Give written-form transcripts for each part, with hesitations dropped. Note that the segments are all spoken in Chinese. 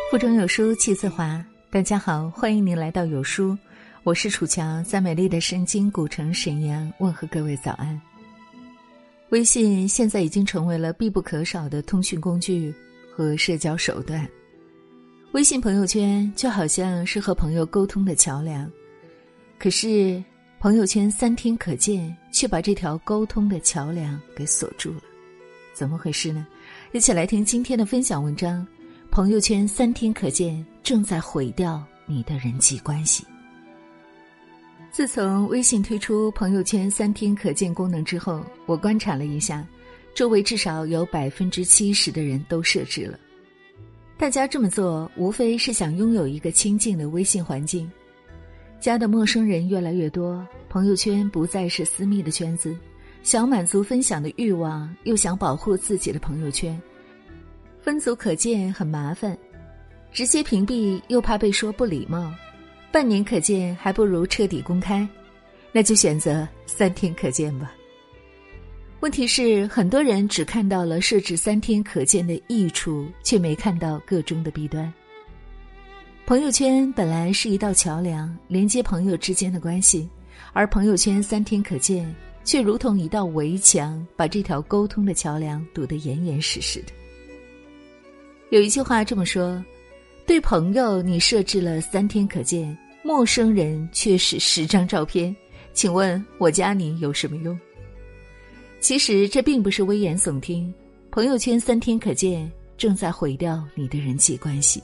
腹中有书气自华，大家好，欢迎您来到有书，我是楚乔，在美丽的神经古城沈阳问候各位早安。微信现在已经成为了必不可少的通讯工具和社交手段，微信朋友圈就好像是和朋友沟通的桥梁，可是朋友圈3天可见，却把这条沟通的桥梁给锁住了，怎么回事呢？一起来听今天的分享文章，朋友圈3天可见，正在毁掉你的人际关系。自从微信推出朋友圈3天可见功能之后，我观察了一下，周围至少有 70% 的人都设置了。大家这么做无非是想拥有一个清静的微信环境，加的陌生人越来越多，朋友圈不再是私密的圈子，想满足分享的欲望，又想保护自己的朋友圈，分组可见很麻烦，直接屏蔽又怕被说不礼貌，半年可见还不如彻底公开，那就选择3天可见吧。问题是很多人只看到了设置3天可见的益处，却没看到个中的弊端。朋友圈本来是一道桥梁，连接朋友之间的关系，而朋友圈3天可见却如同一道围墙，把这条沟通的桥梁堵得严严实实的。有一句话这么说，对朋友你设置了3天可见，陌生人却是10张照片，请问我加你有什么用？其实这并不是危言耸听，朋友圈3天可见正在毁掉你的人际关系。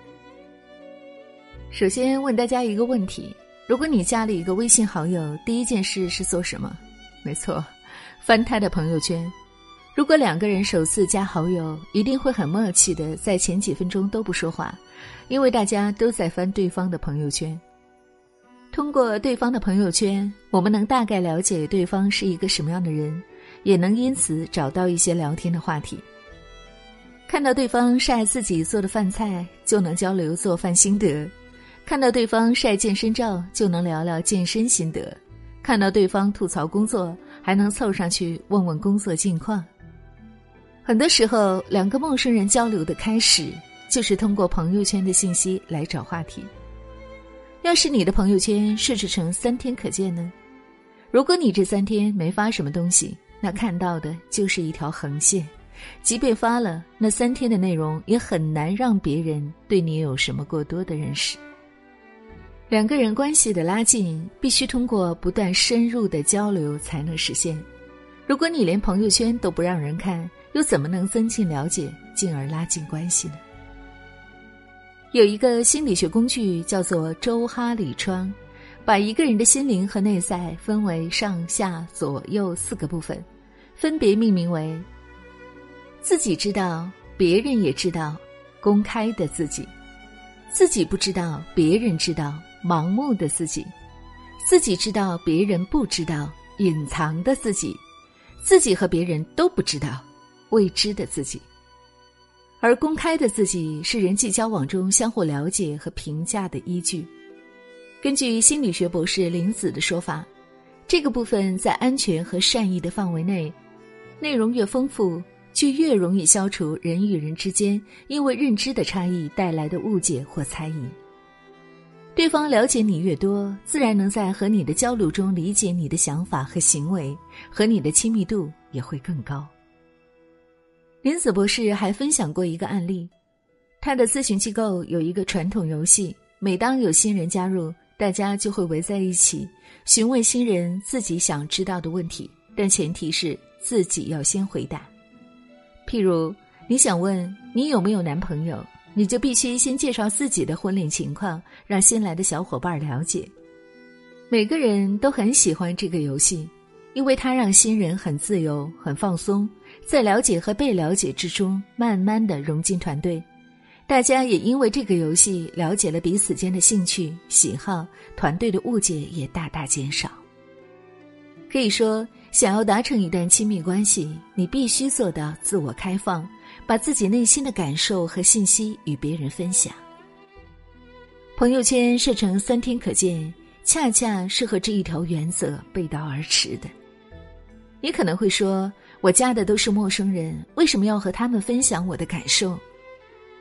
首先问大家一个问题，如果你加了一个微信好友，第一件事是做什么？没错，翻他的朋友圈。如果2个人首次加好友，一定会很默契的在前几分钟都不说话，因为大家都在翻对方的朋友圈。通过对方的朋友圈，我们能大概了解对方是一个什么样的人，也能因此找到一些聊天的话题。看到对方晒自己做的饭菜，就能交流做饭心得；看到对方晒健身照，就能聊聊健身心得；看到对方吐槽工作，还能凑上去问问工作近况。很多时候2个陌生人交流的开始，就是通过朋友圈的信息来找话题。要是你的朋友圈设置成3天可见呢？如果你这3天没发什么东西，那看到的就是一条横线，即便发了，那3天的内容也很难让别人对你有什么过多的认识。2个人关系的拉近，必须通过不断深入的交流才能实现。如果你连朋友圈都不让人看，又怎么能增进了解，进而拉近关系呢？有一个心理学工具叫做周哈里窗，把一个人的心灵和内在分为上下左右4个部分，分别命名为自己知道，别人也知道，公开的自己；自己不知道，别人知道，盲目的自己；自己知道，别人不知道，隐藏的自己；自己和别人都不知道，未知的自己。而公开的自己是人际交往中相互了解和评价的依据。根据心理学博士林子的说法，这个部分在安全和善意的范围内，内容越丰富，就越容易消除人与人之间因为认知的差异带来的误解或猜疑。对方了解你越多，自然能在和你的交流中理解你的想法和行为，和你的亲密度也会更高。林子博士还分享过一个案例，他的咨询机构有一个传统游戏，每当有新人加入，大家就会围在一起，询问新人自己想知道的问题，但前提是自己要先回答。譬如你想问你有没有男朋友，你就必须先介绍自己的婚恋情况，让新来的小伙伴了解。每个人都很喜欢这个游戏，因为它让新人很自由很放松，在了解和被了解之中慢慢地融进团队。大家也因为这个游戏了解了彼此间的兴趣喜好，团队的误解也大大减少。可以说，想要达成一段亲密关系，你必须做到自我开放，把自己内心的感受和信息与别人分享。朋友圈设成3天可见，恰恰是和这一条原则背道而驰的。你可能会说，我加的都是陌生人，为什么要和他们分享我的感受？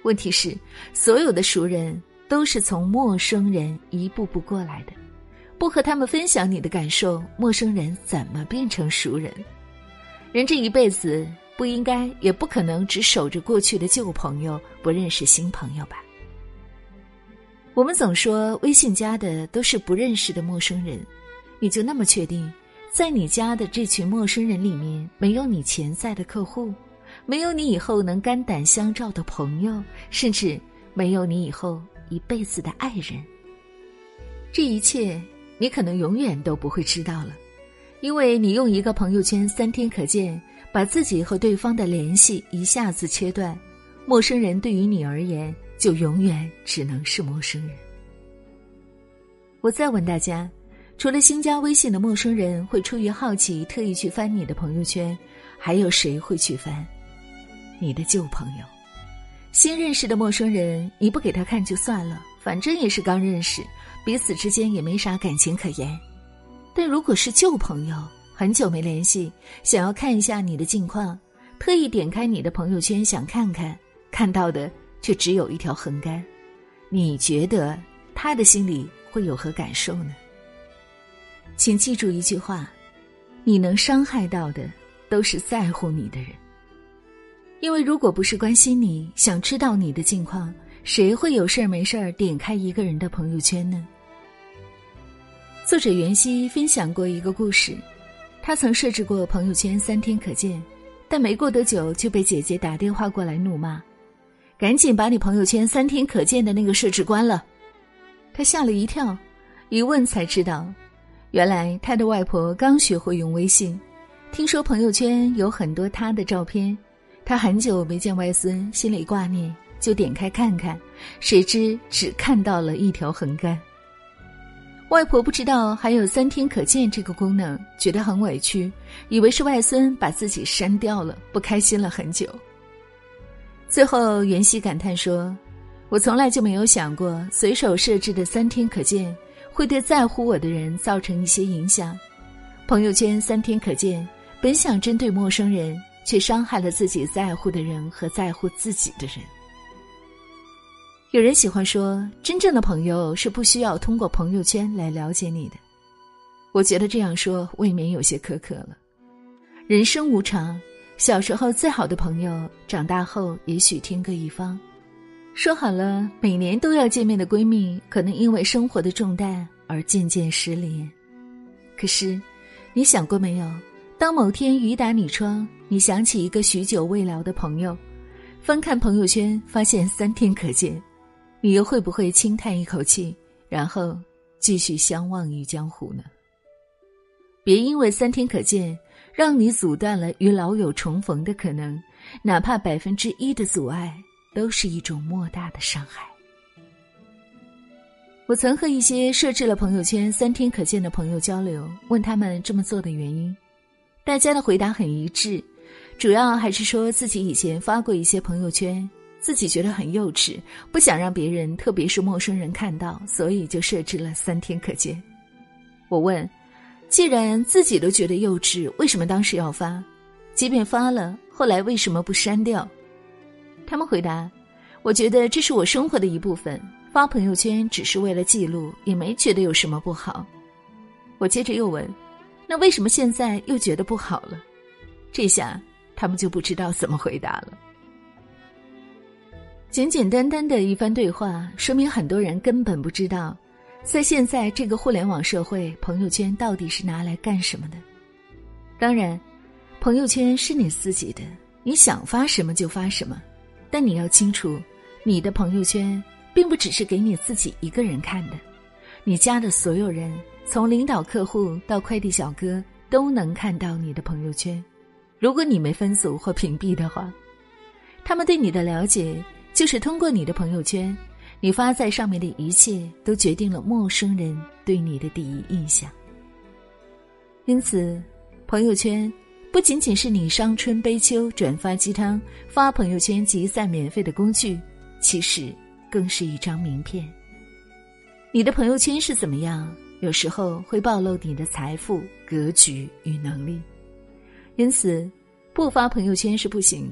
问题是，所有的熟人都是从陌生人一步步过来的，不和他们分享你的感受，陌生人怎么变成熟人？人这一辈子不应该也不可能只守着过去的旧朋友，不认识新朋友吧。我们总说微信加的都是不认识的陌生人，你就那么确定在你加的这群陌生人里面没有你潜在的客户，没有你以后能肝胆相照的朋友，甚至没有你以后一辈子的爱人？这一切你可能永远都不会知道了，因为你用一个朋友圈3天可见，把自己和对方的联系一下子切断，陌生人对于你而言就永远只能是陌生人。我再问大家，除了新加微信的陌生人会出于好奇特意去翻你的朋友圈，还有谁会去翻？你的旧朋友。新认识的陌生人你不给他看就算了，反正也是刚认识，彼此之间也没啥感情可言。但如果是旧朋友，很久没联系，想要看一下你的近况，特意点开你的朋友圈想看看，看到的却只有一条横杆，你觉得他的心里会有何感受呢？请记住一句话，你能伤害到的都是在乎你的人。因为如果不是关心你，想知道你的近况，谁会有事没事点开一个人的朋友圈呢？作者袁熙分享过一个故事，他曾设置过朋友圈3天可见，但没过多久就被姐姐打电话过来怒骂，赶紧把你朋友圈3天可见的那个设置关了。他吓了一跳，一问才知道，原来他的外婆刚学会用微信，听说朋友圈有很多他的照片，他很久没见外孙，心里挂念，就点开看看，谁知只看到了一条横杆。外婆不知道还有3天可见这个功能，觉得很委屈，以为是外孙把自己删掉了，不开心了很久。最后袁熙感叹说，我从来就没有想过随手设置的3天可见会对在乎我的人造成一些影响。朋友圈3天可见本想针对陌生人，却伤害了自己在乎的人和在乎自己的人。有人喜欢说，真正的朋友是不需要通过朋友圈来了解你的。我觉得这样说未免有些苛刻了。人生无常，小时候最好的朋友，长大后也许天各一方。说好了每年都要见面的闺蜜，可能因为生活的重担而渐渐失联。可是你想过没有，当某天雨打你窗，你想起一个许久未聊的朋友，翻看朋友圈发现3天可见，你又会不会轻叹一口气，然后继续相忘于江湖呢？别因为3天可见让你阻断了与老友重逢的可能，哪怕1%的阻碍都是一种莫大的伤害。我曾和一些设置了朋友圈3天可见的朋友交流，问他们这么做的原因，大家的回答很一致，主要还是说自己以前发过一些朋友圈，自己觉得很幼稚，不想让别人特别是陌生人看到，所以就设置了3天可见。我问，既然自己都觉得幼稚，为什么当时要发？即便发了，后来为什么不删掉？他们回答，我觉得这是我生活的一部分，发朋友圈只是为了记录，也没觉得有什么不好。我接着又问，那为什么现在又觉得不好了？这下他们就不知道怎么回答了。简简单单的一番对话，说明很多人根本不知道，在现在这个互联网社会，朋友圈到底是拿来干什么的。当然，朋友圈是你自己的，你想发什么就发什么，但你要清楚，你的朋友圈并不只是给你自己一个人看的，你加的所有人，从领导客户到快递小哥，都能看到你的朋友圈。如果你没分组或屏蔽的话，他们对你的了解就是通过你的朋友圈，你发在上面的一切都决定了陌生人对你的第一印象。因此，朋友圈不仅仅是你伤春悲秋、转发鸡汤、发朋友圈集散免费的工具，其实更是一张名片。你的朋友圈是怎么样，有时候会暴露你的财富、格局与能力。因此，不发朋友圈是不行的，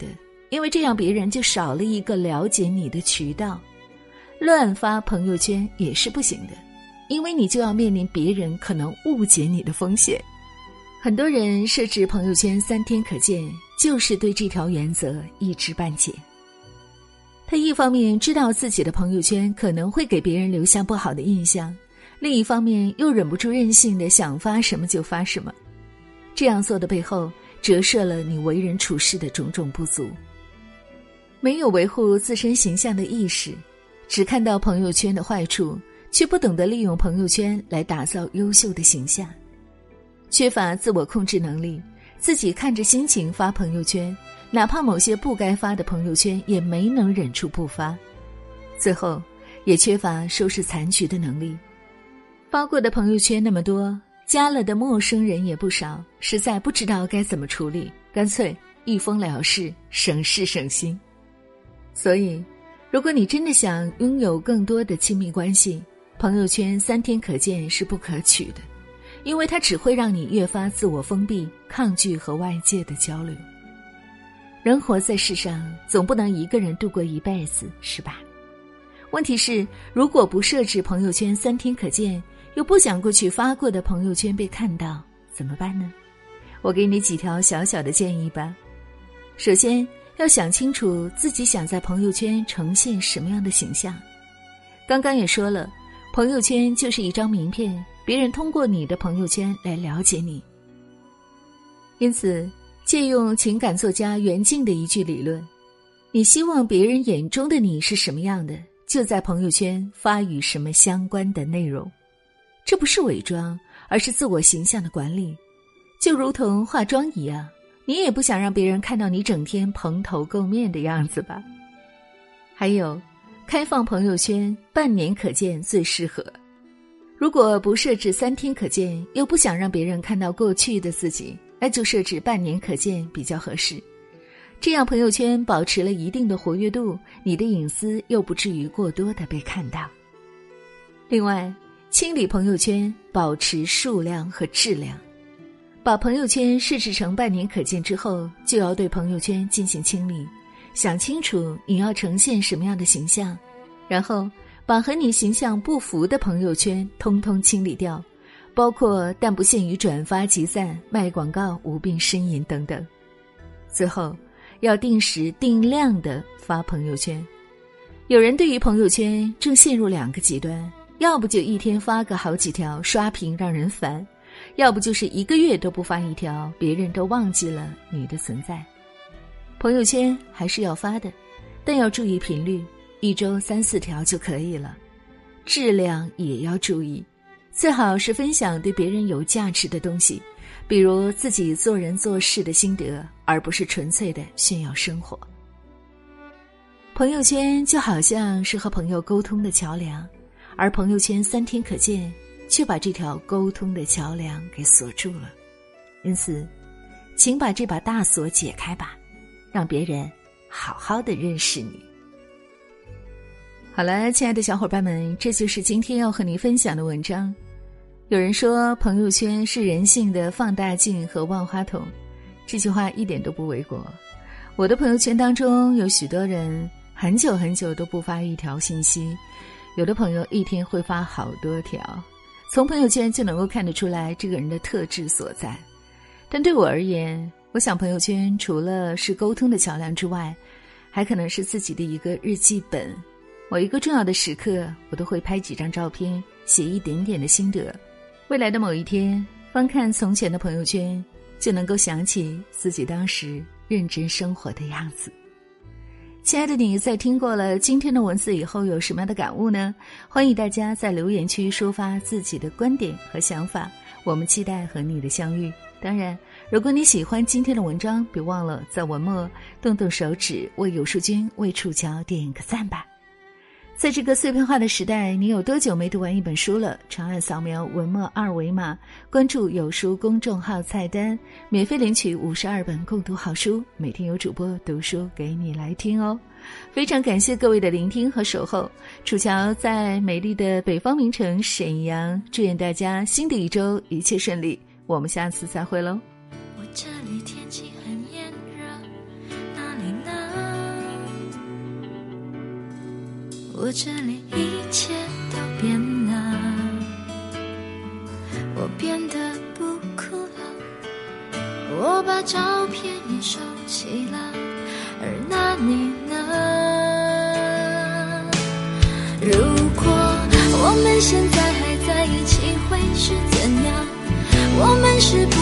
因为这样别人就少了一个了解你的渠道。乱发朋友圈也是不行的，因为你就要面临别人可能误解你的风险。很多人设置朋友圈3天可见，就是对这条原则一知半解。他一方面知道自己的朋友圈可能会给别人留下不好的印象，另一方面又忍不住任性的想发什么就发什么。这样做的背后，折射了你为人处事的种种不足。没有维护自身形象的意识，只看到朋友圈的坏处，却不懂得利用朋友圈来打造优秀的形象。缺乏自我控制能力，自己看着心情发朋友圈，哪怕某些不该发的朋友圈也没能忍住不发。最后也缺乏收拾残局的能力。发过的朋友圈那么多，加了的陌生人也不少，实在不知道该怎么处理，干脆一封了事，省事省心。所以如果你真的想拥有更多的亲密关系，朋友圈3天可见是不可取的，因为它只会让你越发自我封闭，抗拒和外界的交流。人活在世上，总不能一个人度过一辈子，是吧？问题是，如果不设置朋友圈3天可见，又不想过去发过的朋友圈被看到，怎么办呢？我给你几条小小的建议吧。首先，要想清楚自己想在朋友圈呈现什么样的形象。刚刚也说了，朋友圈就是一张名片，别人通过你的朋友圈来了解你。因此，借用情感作家袁静的一句理论，你希望别人眼中的你是什么样的，就在朋友圈发与什么相关的内容。这不是伪装，而是自我形象的管理。就如同化妆一样，你也不想让别人看到你整天蓬头垢面的样子吧。还有，开放朋友圈半年可见最适合。如果不设置3天可见，又不想让别人看到过去的自己，那就设置半年可见比较合适。这样朋友圈保持了一定的活跃度，你的隐私又不至于过多的被看到。另外，清理朋友圈，保持数量和质量。把朋友圈设置成半年可见之后，就要对朋友圈进行清理，想清楚你要呈现什么样的形象，然后把和你形象不符的朋友圈通通清理掉，包括但不限于转发集赞、卖广告、无病呻吟等等。最后，要定时定量地发朋友圈。有人对于朋友圈正陷入2个极端，要不就一天发个好几条，刷屏让人烦，要不就是1个月都不发一条，别人都忘记了你的存在。朋友圈还是要发的，但要注意频率，1周3、4条就可以了。质量也要注意，最好是分享对别人有价值的东西，比如自己做人做事的心得，而不是纯粹的炫耀生活。朋友圈就好像是和朋友沟通的桥梁，而朋友圈3天可见，却把这条沟通的桥梁给锁住了。因此，请把这把大锁解开吧，让别人好好的认识你。好了，亲爱的小伙伴们，这就是今天要和你分享的文章。有人说朋友圈是人性的放大镜和万花筒，这句话一点都不为过。我的朋友圈当中有许多人很久很久都不发一条信息，有的朋友一天会发好多条，从朋友圈就能够看得出来这个人的特质所在。但对我而言，我想朋友圈除了是沟通的桥梁之外，还可能是自己的一个日记本。某一个重要的时刻，我都会拍几张照片，写一点点的心得。未来的某一天，翻看从前的朋友圈，就能够想起自己当时认真生活的样子。亲爱的你，在听过了今天的文字以后，有什么样的感悟呢？欢迎大家在留言区抒发自己的观点和想法，我们期待和你的相遇。当然，如果你喜欢今天的文章，别忘了在文末动动手指为有书君、为楚乔点个赞吧。在这个碎片化的时代，你有多久没读完一本书了？长按扫描文末2维码，关注有书公众号菜单，免费领取52本共读好书，每天有主播读书给你来听哦。非常感谢各位的聆听和守候，楚乔在美丽的北方名城沈阳，祝愿大家新的一周一切顺利，我们下次再会喽。 我这里天气很炎热，哪里呢？ 我这里一切都变了，我变得不哭了，我把照片也收起了，而那你呢？如果我们现在还在一起会是怎样？我们是不